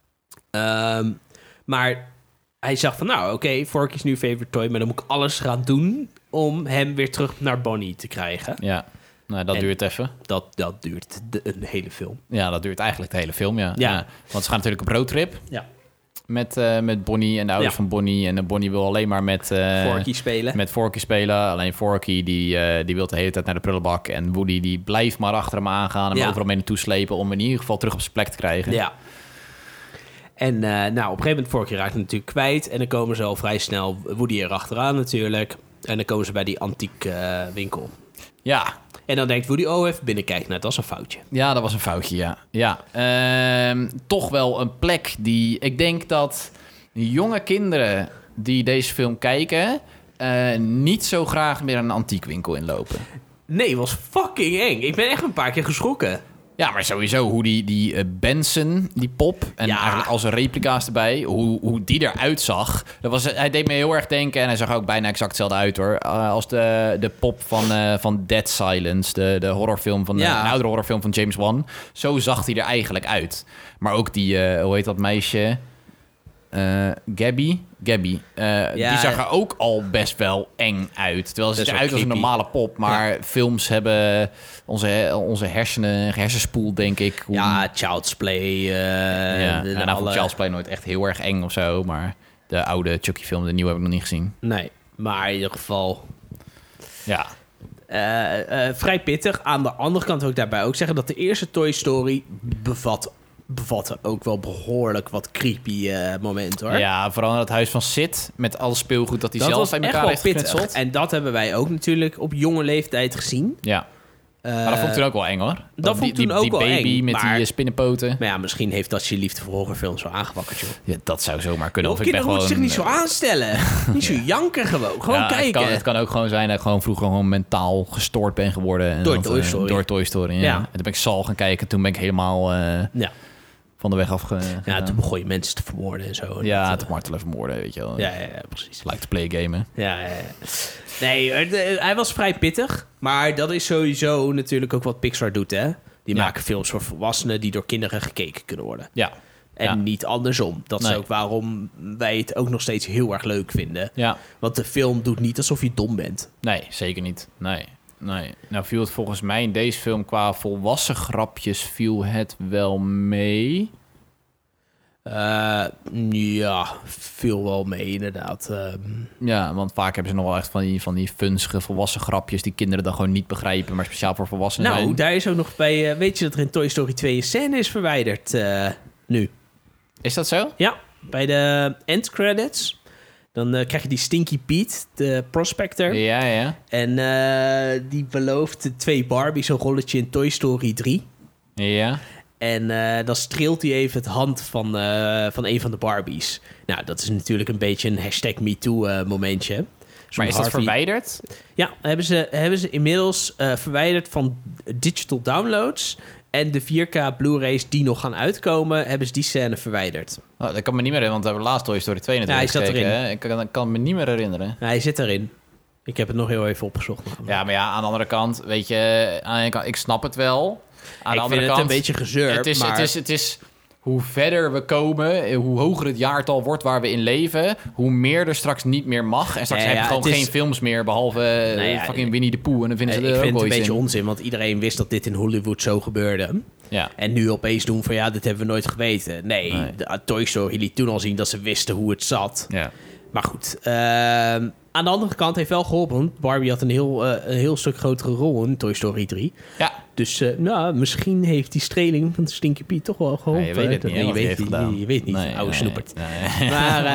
Speaker 3: Maar hij zag van... oké, Forky is nu favorite toy... maar dan moet ik alles gaan doen... om hem weer terug naar Bonnie te krijgen.
Speaker 1: Ja. Dat duurt even.
Speaker 3: Dat duurt een hele film.
Speaker 1: Ja, dat duurt eigenlijk de hele film, ja. Want ze gaan natuurlijk op roadtrip.
Speaker 3: Ja.
Speaker 1: Met Bonnie en de ouders van Bonnie. En Bonnie wil alleen maar met
Speaker 3: Forky spelen.
Speaker 1: Met Forky spelen. Alleen Forky die wil de hele tijd naar de prullenbak. En Woody die blijft maar achter hem aangaan. En hem overal mee naartoe slepen. Om hem in ieder geval terug op zijn plek te krijgen.
Speaker 3: Ja. En op een gegeven moment Forky raakt hem natuurlijk kwijt. En dan komen ze al vrij snel Woody erachteraan natuurlijk. En dan komen ze bij die antiek winkel.
Speaker 1: Ja.
Speaker 3: En dan denkt Woody, even binnenkijken. Dat was een foutje.
Speaker 1: Ja, dat was een foutje, ja. Toch wel een plek die... Ik denk dat jonge kinderen die deze film kijken... niet zo graag meer een antiekwinkel inlopen.
Speaker 3: Nee, was fucking eng. Ik ben echt een paar keer geschrokken.
Speaker 1: Ja, maar sowieso hoe die Benson, die pop... en eigenlijk als replica's erbij, hoe die eruit zag... Hij deed me heel erg denken... en hij zag ook bijna exact hetzelfde uit, hoor... als de pop van Dead Silence... de horrorfilm van een oudere horrorfilm van James Wan. Zo zag hij er eigenlijk uit. Maar ook die, hoe heet dat meisje... Gabby. Die zag er ook al best wel eng uit. Terwijl ze eruit als een normale pop. Maar films hebben onze hersenspoel, denk ik.
Speaker 3: Child's Play.
Speaker 1: Vond Child's Play nooit echt heel erg eng of zo. Maar de oude Chucky-film, de nieuwe, heb ik nog niet gezien.
Speaker 3: Nee, maar in ieder geval...
Speaker 1: Ja.
Speaker 3: Vrij pittig. Aan de andere kant wil ik daarbij ook zeggen... dat de eerste Toy Story bevatte ook wel behoorlijk wat creepy momenten, hoor.
Speaker 1: Ja, vooral in het huis van Sid... met alle speelgoed dat hij zelf in elkaar heeft geknutseld.
Speaker 3: En dat hebben wij ook natuurlijk op jonge leeftijd gezien.
Speaker 1: Ja. Maar dat vond ik toen ook wel eng, hoor.
Speaker 3: Dat vond ik toen ook wel eng.
Speaker 1: Die baby met die spinnenpoten.
Speaker 3: Maar ja, misschien heeft dat je liefde voor horrorfilms zo aangewakkerd, joh.
Speaker 1: Ja, dat zou zomaar kunnen.
Speaker 3: Of kinderen moeten zich niet zo aanstellen. Niet zo janken gewoon. Gewoon kijken.
Speaker 1: Het kan ook gewoon zijn dat ik gewoon vroeger gewoon mentaal gestoord ben geworden. Door Toy Story. Ja. En toen ben ik Saw gaan kijken. Toen ben ik helemaal... van de weg af
Speaker 3: toen begon je mensen te vermoorden en zo.
Speaker 1: Ja, te martelen, vermoorden, weet je wel.
Speaker 3: Ja, precies.
Speaker 1: Like to play gamen.
Speaker 3: Ja. Nee, hij was vrij pittig. Maar dat is sowieso natuurlijk ook wat Pixar doet, hè? Die maken films voor volwassenen die door kinderen gekeken kunnen worden. Ja. En niet andersom. Dat is ook waarom wij het ook nog steeds heel erg leuk vinden. Ja. Want de film doet niet alsof je dom bent.
Speaker 1: Nee, zeker niet. Nee. Nou viel het volgens mij in deze film qua volwassen grapjes viel het wel mee.
Speaker 3: Viel wel mee inderdaad.
Speaker 1: Ja, want vaak hebben ze nog wel echt van die funzige volwassen grapjes die kinderen dan gewoon niet begrijpen, maar speciaal voor volwassenen zijn.
Speaker 3: Daar is ook nog bij, weet je dat er in Toy Story 2 een scène is verwijderd nu?
Speaker 1: Is dat zo?
Speaker 3: Ja, bij de end credits. Dan krijg je die Stinky Pete, de prospector.
Speaker 1: Ja.
Speaker 3: En die belooft de 2 Barbies een rolletje in Toy Story 3.
Speaker 1: Ja.
Speaker 3: En dan streelt hij even het hand van een van de Barbies. Nou, dat is natuurlijk een beetje een #MeToo momentje.
Speaker 1: Maar is dat verwijderd?
Speaker 3: Ja, hebben ze inmiddels verwijderd van digital downloads. En de 4K Blu-rays die nog gaan uitkomen, hebben ze die scène verwijderd.
Speaker 1: Dat kan me niet meer herinneren, want we hebben laatst Toy Story 2 natuurlijk gekeken. Ik kan me niet meer herinneren.
Speaker 3: Hij zit erin. Ik heb het nog heel even opgezocht.
Speaker 1: Ja, maar aan de andere kant, weet je... Aan de ene kant, ik snap het wel. Aan de andere
Speaker 3: vind
Speaker 1: kant,
Speaker 3: het een beetje gezeur.
Speaker 1: Het is hoe verder we komen, hoe hoger het jaartal wordt waar we in leven, hoe meer er straks niet meer mag. En straks hebben we gewoon geen films meer, behalve fucking Winnie de Pooh. En dan vinden ze
Speaker 3: ik vind het een beetje onzin, want iedereen wist dat dit in Hollywood zo gebeurde. Ja. En nu opeens doen van dit hebben we nooit geweten. Nee. De Toy Story liet toen al zien dat ze wisten hoe het zat. Ja. Maar goed, aan de andere kant heeft wel geholpen. Barbie had een heel stuk grotere rol in Toy Story 3. Ja. Dus misschien heeft die streling van de Stinky Pete toch wel geholpen.
Speaker 1: Ja, je weet het niet.
Speaker 3: Je weet niet, oude snoepert. Nee. Maar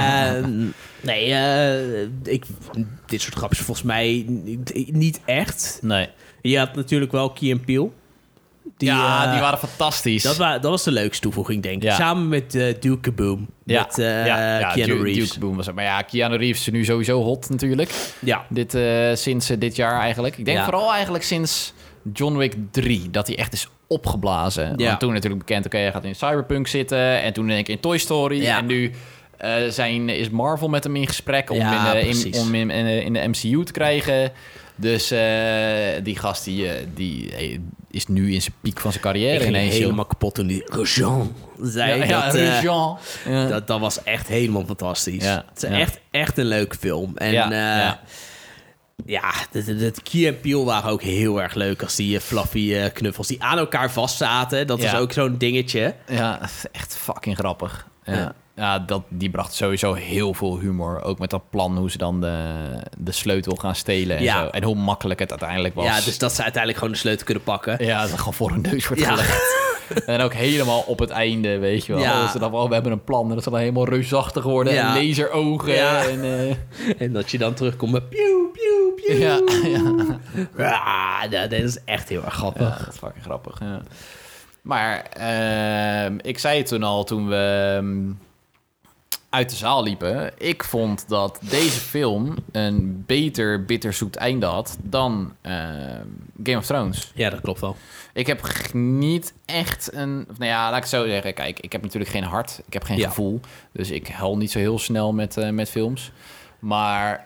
Speaker 3: dit soort grapjes volgens mij niet echt. Nee. Je had natuurlijk wel Key & Peele.
Speaker 1: Die waren fantastisch.
Speaker 3: Dat was de leukste toevoeging, denk ik. Ja. Samen met Duke Kaboom. Met Keanu Reeves.
Speaker 1: Duke Kaboom was het. Maar Keanu Reeves is nu sowieso hot natuurlijk. Ja. Sinds dit jaar eigenlijk. Ik denk vooral eigenlijk sinds John Wick 3, dat hij echt is opgeblazen.
Speaker 3: Ja.
Speaker 1: Want toen natuurlijk bekend, oké, hij gaat in Cyberpunk zitten. En toen denk ik in Toy Story.
Speaker 3: Ja.
Speaker 1: En nu is Marvel met hem in gesprek om
Speaker 3: precies.
Speaker 1: in de MCU te krijgen. Dus die gast die is nu in zijn piek van zijn carrière
Speaker 3: Ik ging
Speaker 1: ineens. joh.
Speaker 3: helemaal kapot toen die Jean zei.
Speaker 1: Jean. Ja.
Speaker 3: Dat was echt helemaal fantastisch.
Speaker 1: Ja,
Speaker 3: Het is
Speaker 1: ja.
Speaker 3: echt een leuke film. En
Speaker 1: Ja.
Speaker 3: het Key en Peele waren ook heel erg leuk als die fluffy knuffels die aan elkaar vastzaten. Dat is
Speaker 1: Ja.
Speaker 3: ook zo'n dingetje.
Speaker 1: Ja, echt fucking grappig. Ja.
Speaker 3: Ja.
Speaker 1: Ja, die bracht sowieso heel veel humor. Ook met dat plan hoe ze dan de sleutel gaan stelen en
Speaker 3: Ja.
Speaker 1: zo. En hoe makkelijk het uiteindelijk was.
Speaker 3: Ja, dus dat ze uiteindelijk gewoon de sleutel kunnen pakken.
Speaker 1: Ja, dat gewoon voor hun neus wordt
Speaker 3: Ja.
Speaker 1: gelegd. En ook helemaal op het einde, weet je wel.
Speaker 3: Ja.
Speaker 1: Dat ze dan, we hebben een plan. En dat ze dan helemaal reusachtig worden.
Speaker 3: Ja.
Speaker 1: En laserogen.
Speaker 3: Ja.
Speaker 1: En,
Speaker 3: En dat je dan terugkomt met pieuw, pieuw, pieuw.
Speaker 1: ja,
Speaker 3: Dat is echt heel erg grappig.
Speaker 1: ja, dat is fucking grappig. Ja. Maar ik zei het toen al, toen we uit de zaal liepen. Ik vond dat deze film een beter bitterzoet einde had dan Game of Thrones.
Speaker 3: Ja, dat klopt wel.
Speaker 1: Ik heb niet echt een... Nou ja, laat ik het zo zeggen. Kijk, ik heb natuurlijk geen hart. Ik heb geen
Speaker 3: Ja.
Speaker 1: gevoel. Dus ik huil niet zo heel snel met films. Maar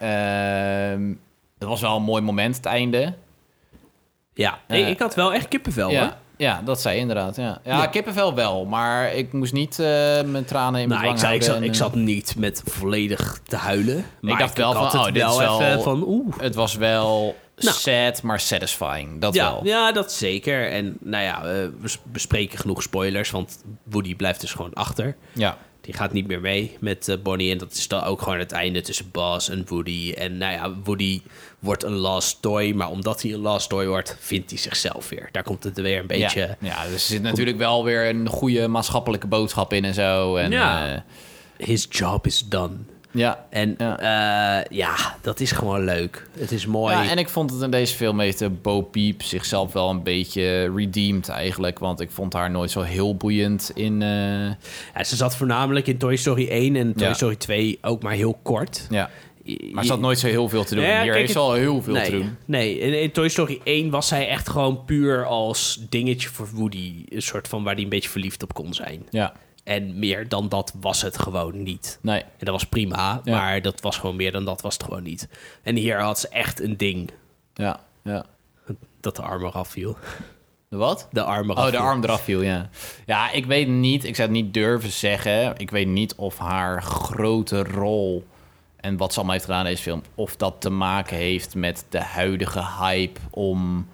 Speaker 1: het was wel een mooi moment, het einde.
Speaker 3: Ja, nee, ik had wel echt kippenvel, hoor.
Speaker 1: Ja, dat zei je inderdaad. Ja, kippenvel wel. Maar ik moest niet mijn tranen in mijn
Speaker 3: Nou,
Speaker 1: wang houden.
Speaker 3: ik zat niet met volledig te huilen. Maar
Speaker 1: dacht wel
Speaker 3: had
Speaker 1: van,
Speaker 3: het
Speaker 1: dit is wel...
Speaker 3: even van, oeh.
Speaker 1: Het was wel
Speaker 3: Nou.
Speaker 1: sad, maar satisfying. Dat
Speaker 3: Ja,
Speaker 1: wel.
Speaker 3: ja, dat zeker. En nou ja, we bespreken genoeg spoilers, want Woody blijft dus gewoon achter.
Speaker 1: Ja.
Speaker 3: Die gaat niet meer mee met Bonnie. En dat is dan ook gewoon het einde tussen Buzz en Woody. En nou ja, Woody wordt een lost toy. Maar omdat hij een lost toy wordt, vindt hij zichzelf weer. Daar komt het er weer een beetje...
Speaker 1: Ja, dus er zit natuurlijk wel weer een goede maatschappelijke boodschap in en zo. En,
Speaker 3: Ja. His job is done.
Speaker 1: ja.
Speaker 3: En ja, dat is gewoon leuk. Het is mooi.
Speaker 1: Ja, en ik vond het in deze film heeft Bo Peep zichzelf wel een beetje redeemed eigenlijk. Want ik vond haar nooit zo heel boeiend in...
Speaker 3: Ja, ze zat voornamelijk in Toy Story 1 en Toy
Speaker 1: Ja.
Speaker 3: Story 2 ook maar heel kort.
Speaker 1: Ja. Maar ze had nooit zo heel veel te doen.
Speaker 3: Ja,
Speaker 1: Hier
Speaker 3: kijk,
Speaker 1: heeft ze al heel veel te doen.
Speaker 3: Nee, in Toy Story 1 was zij echt gewoon puur als dingetje voor Woody. Een soort van waar hij een beetje verliefd op kon zijn.
Speaker 1: Ja.
Speaker 3: En meer dan dat was het gewoon niet.
Speaker 1: Nee.
Speaker 3: En dat was prima,
Speaker 1: Ja.
Speaker 3: maar dat was gewoon meer dan dat was het gewoon niet. En hier had ze echt een ding
Speaker 1: Ja. Ja.
Speaker 3: dat de arm eraf viel.
Speaker 1: De wat?
Speaker 3: De arm eraf
Speaker 1: Oh, de
Speaker 3: viel.
Speaker 1: arm eraf viel, ja. Ja, ik weet niet. Ik zou het niet durven zeggen. Ik weet niet of haar grote rol en wat ze allemaal heeft gedaan in deze film, of dat te maken heeft met de huidige hype om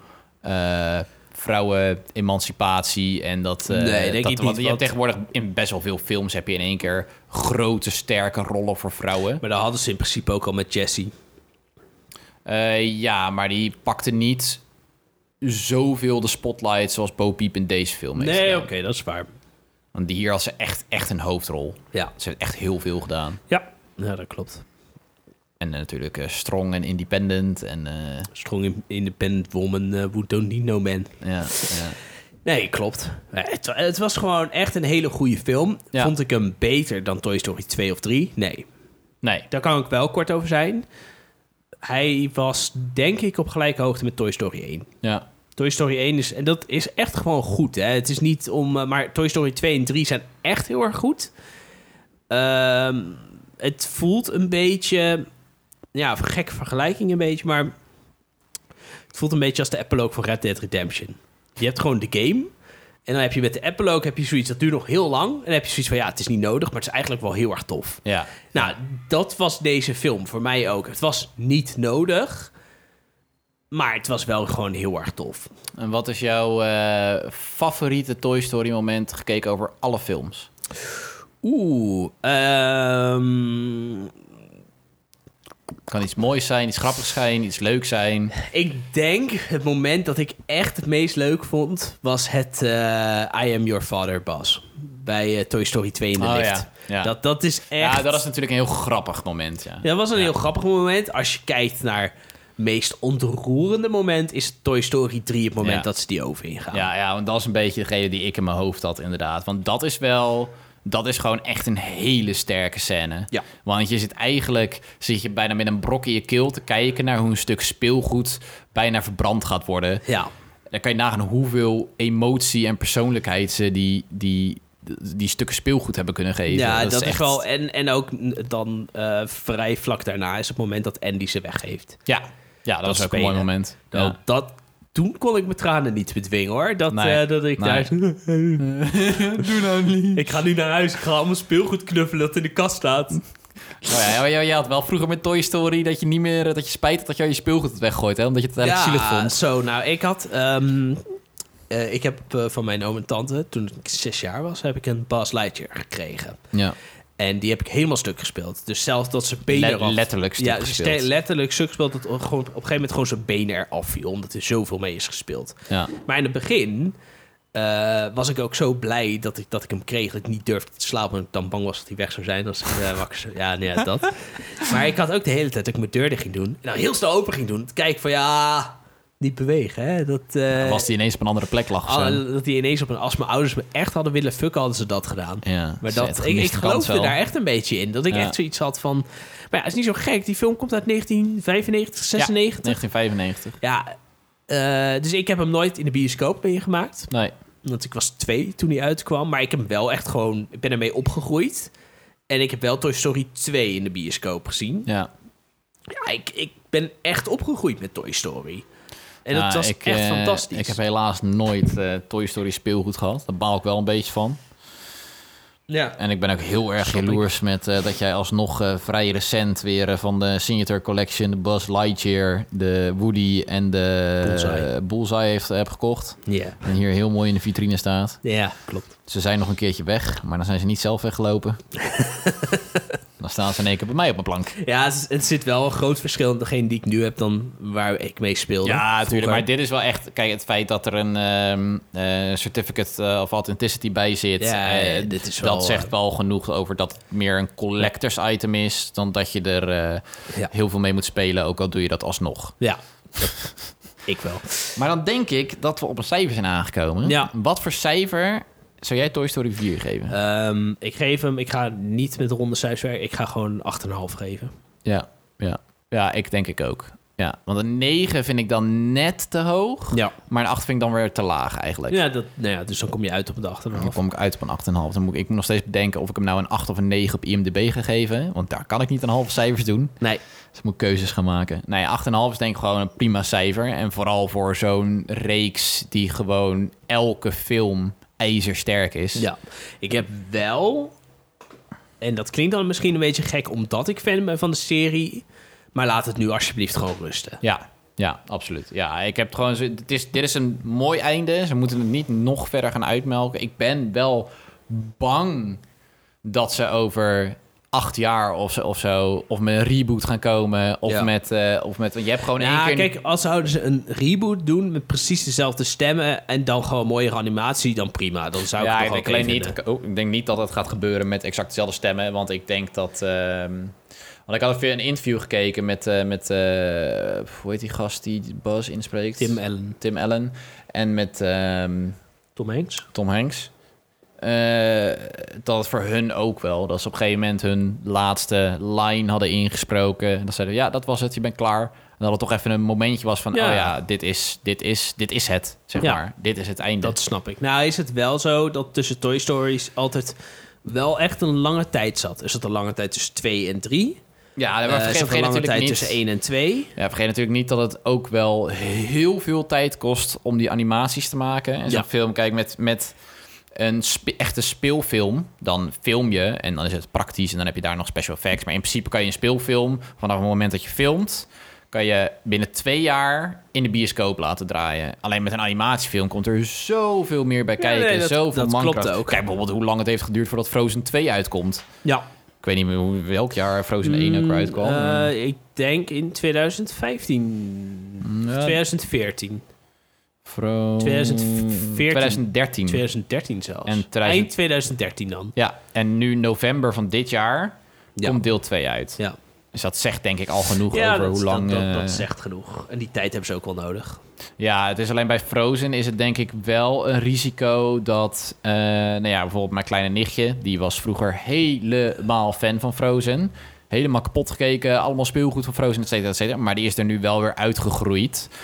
Speaker 1: vrouwenemancipatie en dat...
Speaker 3: Nee, denk ik niet,
Speaker 1: Want je hebt
Speaker 3: want-
Speaker 1: tegenwoordig in best wel veel films heb je in één keer grote, sterke rollen voor vrouwen.
Speaker 3: Maar dat hadden ze in principe ook al met Jessie.
Speaker 1: Ja, maar die pakte niet zoveel de spotlight zoals Bo Peep in deze film heeft
Speaker 3: Nee,
Speaker 1: gedaan.
Speaker 3: oké, dat is waar.
Speaker 1: Want hier had ze echt een hoofdrol.
Speaker 3: Ja.
Speaker 1: Ze heeft echt heel veel gedaan.
Speaker 3: Ja, dat klopt.
Speaker 1: En natuurlijk strong en independent. En
Speaker 3: Strong independent woman, who don't need no man.
Speaker 1: ja.
Speaker 3: Nee, klopt. Het was gewoon echt een hele goede film.
Speaker 1: Ja.
Speaker 3: Vond ik hem beter dan Toy Story 2 of 3? Nee.
Speaker 1: Nee.
Speaker 3: Daar kan ik wel kort over zijn. Hij was denk ik op gelijke hoogte met Toy Story 1.
Speaker 1: Ja.
Speaker 3: Toy Story 1 is... En dat is echt gewoon goed, hè. Het is niet om... maar Toy Story 2 en 3 zijn echt heel erg goed. Het voelt een beetje... Ja, gekke vergelijking een beetje, maar... Het voelt een beetje als de epilogue van Red Dead Redemption. Je hebt gewoon de game... En dan heb je met de epilogue heb je zoiets, dat duurt nog heel lang. En dan heb je zoiets van, ja, het is niet nodig, maar het is eigenlijk wel heel erg tof.
Speaker 1: Ja.
Speaker 3: Nou, dat was deze film voor mij ook. Het was niet nodig, maar het was wel gewoon heel erg tof.
Speaker 1: En wat is jouw favoriete Toy Story moment gekeken over alle films? Kan iets moois zijn, iets grappigs zijn, iets leuks zijn.
Speaker 3: Ik denk het moment dat ik echt het meest leuk vond... was het I Am Your Father, Buzz. Bij Toy Story 2 in de
Speaker 1: Oh,
Speaker 3: lift.
Speaker 1: ja.
Speaker 3: Dat is echt...
Speaker 1: Ja, dat is natuurlijk een heel grappig moment. Ja,
Speaker 3: Ja, dat was een heel grappig moment. Als je kijkt naar het meest ontroerende moment... is Toy Story 3 het moment
Speaker 1: Ja.
Speaker 3: dat ze die over ingaan.
Speaker 1: Ja, want dat is een beetje degene die ik in mijn hoofd had, inderdaad. Want dat is wel... Dat is gewoon echt een hele sterke scène.
Speaker 3: Ja.
Speaker 1: Want zit je bijna met een brok in je keel te kijken naar hoe een stuk speelgoed bijna verbrand gaat worden.
Speaker 3: Ja.
Speaker 1: Dan kan je nagaan hoeveel emotie en persoonlijkheid ze die stukken speelgoed hebben kunnen geven.
Speaker 3: Ja, dat is
Speaker 1: echt...
Speaker 3: wel... En ook dan vrij vlak daarna is het moment dat Andy ze weggeeft.
Speaker 1: Ja, dat was ook
Speaker 3: spelen.
Speaker 1: een mooi moment.
Speaker 3: Nou,
Speaker 1: Ja.
Speaker 3: Toen kon ik mijn tranen niet bedwingen, hoor. Dat ik daar...
Speaker 1: Doe nou niet.
Speaker 3: Ik ga nu naar huis. Ik ga allemaal speelgoed knuffelen dat in de kast staat.
Speaker 1: Oh ja, je had wel vroeger met Toy Story dat je niet meer... dat je spijt had dat je al je speelgoed had weggooid, hè? Omdat je het eigenlijk zielig vond.
Speaker 3: Zo. Nou, ik had... ik heb van mijn oom en tante, toen ik 6 jaar was, heb ik een Buzz Lightyear gekregen.
Speaker 1: Ja.
Speaker 3: En die heb ik helemaal stuk gespeeld. Dus zelfs dat zijn benen eraf...
Speaker 1: Letterlijk stuk gespeeld.
Speaker 3: Letterlijk stuk gespeeld. Dat gewoon, op een gegeven moment gewoon zijn benen eraf viel. Omdat er zoveel mee is gespeeld.
Speaker 1: Ja.
Speaker 3: Maar in het begin was ik ook zo blij dat ik hem kreeg. Dat ik niet durfde te slapen. En ik dan bang was dat hij weg zou zijn als ik wakker zou... Ja, nee, dat. Maar ik had ook de hele tijd dat ik mijn deur dicht ging doen. En dan heel snel open ging doen. Te kijken van niet bewegen, hè.
Speaker 1: Was hij ineens op een andere plek lag of zo?
Speaker 3: Dat hij ineens als mijn ouders me echt hadden willen fucken, hadden ze dat gedaan.
Speaker 1: Ja,
Speaker 3: Maar ik geloofde daar echt een beetje in. Dat ik echt zoiets had van... Maar ja, het is niet zo gek. Die film komt uit 1995, 96.
Speaker 1: Ja, 1995.
Speaker 3: Ja, dus ik heb hem nooit in de bioscoop meegemaakt.
Speaker 1: Nee.
Speaker 3: Want ik was 2 toen hij uitkwam. Maar ik heb hem wel echt gewoon... Ik ben ermee opgegroeid. En ik heb wel Toy Story 2 in de bioscoop gezien.
Speaker 1: Ja.
Speaker 3: Ja, ik ben echt opgegroeid met Toy Story. En dat was echt fantastisch.
Speaker 1: Ik heb helaas nooit Toy Story speelgoed gehad. Daar baal ik wel een beetje van.
Speaker 3: Ja.
Speaker 1: En ik ben ook heel erg jaloers met dat jij alsnog vrij recent weer van de Signature Collection... de Buzz Lightyear, de Woody en de Bullseye hebt gekocht.
Speaker 3: Ja.
Speaker 1: En hier heel mooi in de vitrine staat.
Speaker 3: Ja, klopt.
Speaker 1: Ze zijn nog een keertje weg, maar dan zijn ze niet zelf weggelopen. Dan staan ze in één keer bij mij op mijn plank.
Speaker 3: Ja, het zit wel een groot verschil in degene die ik nu heb dan waar ik mee speelde.
Speaker 1: Ja, natuurlijk. Maar dit is wel echt... Kijk, het feit dat er een certificate of authenticity bij zit...
Speaker 3: Ja, dit is wel,
Speaker 1: dat zegt wel genoeg over dat het meer een collectors item is... dan dat je er heel veel mee moet spelen, ook al doe je dat alsnog.
Speaker 3: Ja, ik wel.
Speaker 1: Maar dan denk ik dat we op een cijfer zijn aangekomen.
Speaker 3: Ja.
Speaker 1: Wat voor cijfer zou jij Toy Story 4 geven?
Speaker 3: Ik ga niet met ronde cijfers werken. Ik ga gewoon 8,5 geven.
Speaker 1: Ja, ik denk ik ook. Ja, want een 9 vind ik dan net te hoog.
Speaker 3: Ja.
Speaker 1: Maar een 8 vind ik dan weer te laag eigenlijk.
Speaker 3: Ja, dus dan kom je uit op een 8,5.
Speaker 1: Dan kom ik uit op een 8,5. Dan moet ik moet nog steeds bedenken of ik hem nou een 8 of een 9 op IMDb ga geven. Want daar kan ik niet een halve cijfers doen.
Speaker 3: Nee.
Speaker 1: Dus ik moet keuzes gaan maken. Nee, 8,5 is denk ik gewoon een prima cijfer. En vooral voor zo'n reeks die gewoon elke film ijzersterk is.
Speaker 3: Ja, ik heb wel... En dat klinkt dan misschien een beetje gek omdat ik fan ben van de serie... Maar laat het nu alsjeblieft gewoon rusten.
Speaker 1: Ja, absoluut. Ja, ik heb gewoon... Dit is een mooi einde. Ze moeten het niet nog verder gaan uitmelken. Ik ben wel bang dat ze over 8 jaar of zo... of met een reboot gaan komen. Of met... Want je hebt gewoon één keer...
Speaker 3: Kijk, als zouden ze een reboot doen met precies dezelfde stemmen... en dan gewoon mooie animatie, dan prima. Dan zou ik het nog ook
Speaker 1: ik denk niet dat het gaat gebeuren met exact dezelfde stemmen. Want ik denk dat... Want ik had even een interview gekeken met hoe heet die gast die Buzz inspreekt? Tim Allen. En met... Tom Hanks. Dat het voor hun ook wel. Dat ze op een gegeven moment hun laatste line hadden ingesproken. En dat zeiden, ja, dat was het, je bent klaar. En dat het toch even een momentje was van... dit is het, zeg maar. Dit is het einde.
Speaker 3: Dat snap ik. Nou is het wel zo dat tussen Toy Stories altijd wel echt een lange tijd zat. Er zat een lange tijd tussen 2 en 3...
Speaker 1: Ja, maar vergeet natuurlijk
Speaker 3: tijd
Speaker 1: niet
Speaker 3: tussen 1 en 2.
Speaker 1: Ja, vergeet natuurlijk niet dat het ook wel heel veel tijd kost om die animaties te maken. En zo'n film, kijk, met een echte speelfilm, dan film je en dan is het praktisch en dan heb je daar nog special effects. Maar in principe kan je een speelfilm, vanaf het moment dat je filmt, kan je binnen 2 jaar in de bioscoop laten draaien. Alleen met een animatiefilm komt er zoveel meer bij kijken. Zoveel
Speaker 3: dat klopt ook.
Speaker 1: Kijk bijvoorbeeld hoe lang het heeft geduurd voordat Frozen 2 uitkomt.
Speaker 3: Ja.
Speaker 1: Ik weet niet meer welk jaar Frozen 1 ook uitkwam.
Speaker 3: Ik denk in 2015. 2014.
Speaker 1: 2013.
Speaker 3: 2013 zelfs.
Speaker 1: En
Speaker 3: eind 2013 dan.
Speaker 1: Ja, en nu november van dit jaar komt deel 2 uit.
Speaker 3: Ja.
Speaker 1: Dus dat zegt denk ik al genoeg over hoe lang...
Speaker 3: Dat zegt genoeg. En die tijd hebben ze ook wel nodig.
Speaker 1: Ja, het is alleen bij Frozen is het denk ik wel een risico dat... bijvoorbeeld mijn kleine nichtje, die was vroeger helemaal fan van Frozen. Helemaal kapot gekeken, allemaal speelgoed van Frozen, et cetera, et cetera. Maar die is er nu wel weer uitgegroeid.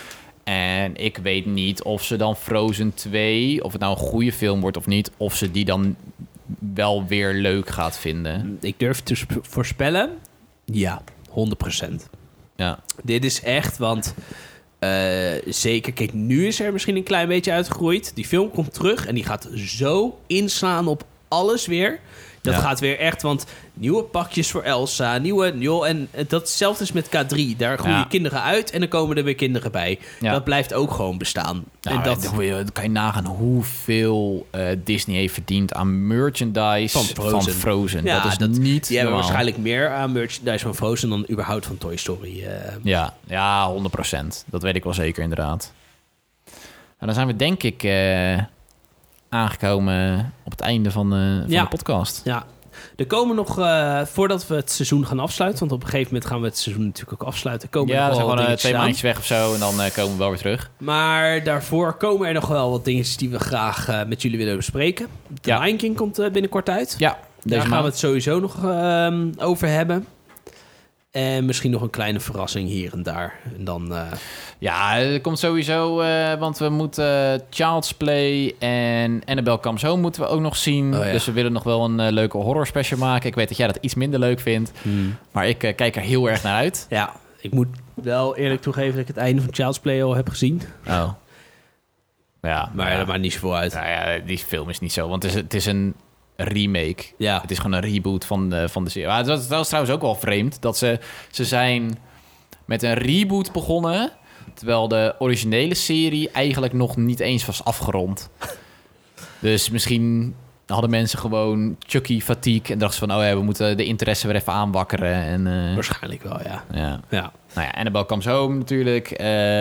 Speaker 1: En ik weet niet of ze dan Frozen 2... of het nou een goede film wordt of niet... of ze die dan wel weer leuk gaat vinden.
Speaker 3: Ik durf te voorspellen... Ja, 100%.
Speaker 1: Ja.
Speaker 3: Dit is echt, want... zeker, kijk, nu is er misschien een klein beetje uitgegroeid. Die film komt terug en die gaat zo inslaan op alles weer. Dat gaat weer echt, want nieuwe pakjes voor Elsa, en datzelfde is met K3. Daar groeien kinderen uit en dan komen er weer kinderen bij. Ja. Dat blijft ook gewoon bestaan.
Speaker 1: Nou,
Speaker 3: en dat
Speaker 1: kan je nagaan hoeveel Disney heeft verdiend aan merchandise van Frozen.
Speaker 3: Ja,
Speaker 1: dat is niet
Speaker 3: die hebben waarschijnlijk meer aan merchandise van Frozen dan überhaupt van Toy Story.
Speaker 1: Ja, 100%. Dat weet ik wel zeker inderdaad. En dan zijn we denk ik... aangekomen op het einde van de podcast.
Speaker 3: Ja, er komen nog, voordat we het seizoen gaan afsluiten... want op een gegeven moment gaan we het seizoen natuurlijk ook afsluiten...
Speaker 1: dan zijn gewoon 2 maandjes weg of zo en dan komen we wel weer terug.
Speaker 3: Maar daarvoor komen er nog wel wat dingen die we graag met jullie willen bespreken. The Lion King komt binnenkort uit.
Speaker 1: Ja,
Speaker 3: daar gaan we het sowieso nog over hebben. En misschien nog een kleine verrassing hier en daar. En dan...
Speaker 1: Ja, het komt sowieso, want we moeten Child's Play en Annabelle Comes Home moeten we ook nog zien. Oh, ja. Dus we willen nog wel een leuke horror special maken. Ik weet dat jij dat iets minder leuk vindt, maar ik kijk er heel erg naar uit.
Speaker 3: Ja, ik moet wel eerlijk toegeven dat ik het einde van Child's Play al heb gezien.
Speaker 1: Oh. Ja.
Speaker 3: Maar dat maakt niet zoveel uit.
Speaker 1: Nou ja, die film is niet zo, want het is een remake.
Speaker 3: Ja. Het
Speaker 1: is gewoon een reboot van de serie. Maar dat is trouwens ook wel vreemd, dat ze zijn met een reboot begonnen... terwijl de originele serie eigenlijk nog niet eens was afgerond. Dus misschien hadden mensen gewoon Chucky-fatigue... en dachten ze van, we moeten de interesse weer even aanwakkeren. En,
Speaker 3: waarschijnlijk wel, ja.
Speaker 1: Nou ja, Annabelle Comes Home natuurlijk.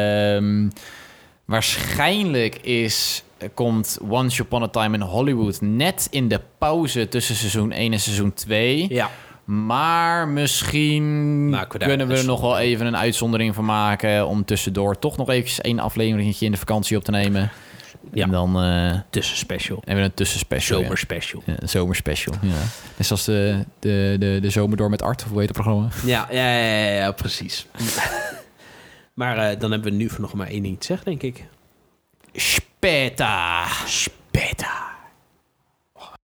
Speaker 1: Waarschijnlijk komt Once Upon a Time in Hollywood... net in de pauze tussen seizoen 1 en seizoen 2...
Speaker 3: Ja.
Speaker 1: Maar misschien kunnen we er nog wel even een uitzondering van maken... om tussendoor toch nog eventjes 1 afleveringetje in de vakantie op te nemen.
Speaker 3: Ja.
Speaker 1: En dan...
Speaker 3: tussenspecial.
Speaker 1: En weer een tussenspecial.
Speaker 3: Zomerspecial.
Speaker 1: Ja, een zomerspecial, ja. Net zoals de Zomerdoor met Art, of hoe heet het programma?
Speaker 3: Ja, precies. Maar dan hebben we nu voor nog maar 1 ding te zeggen, denk ik.
Speaker 1: Speta.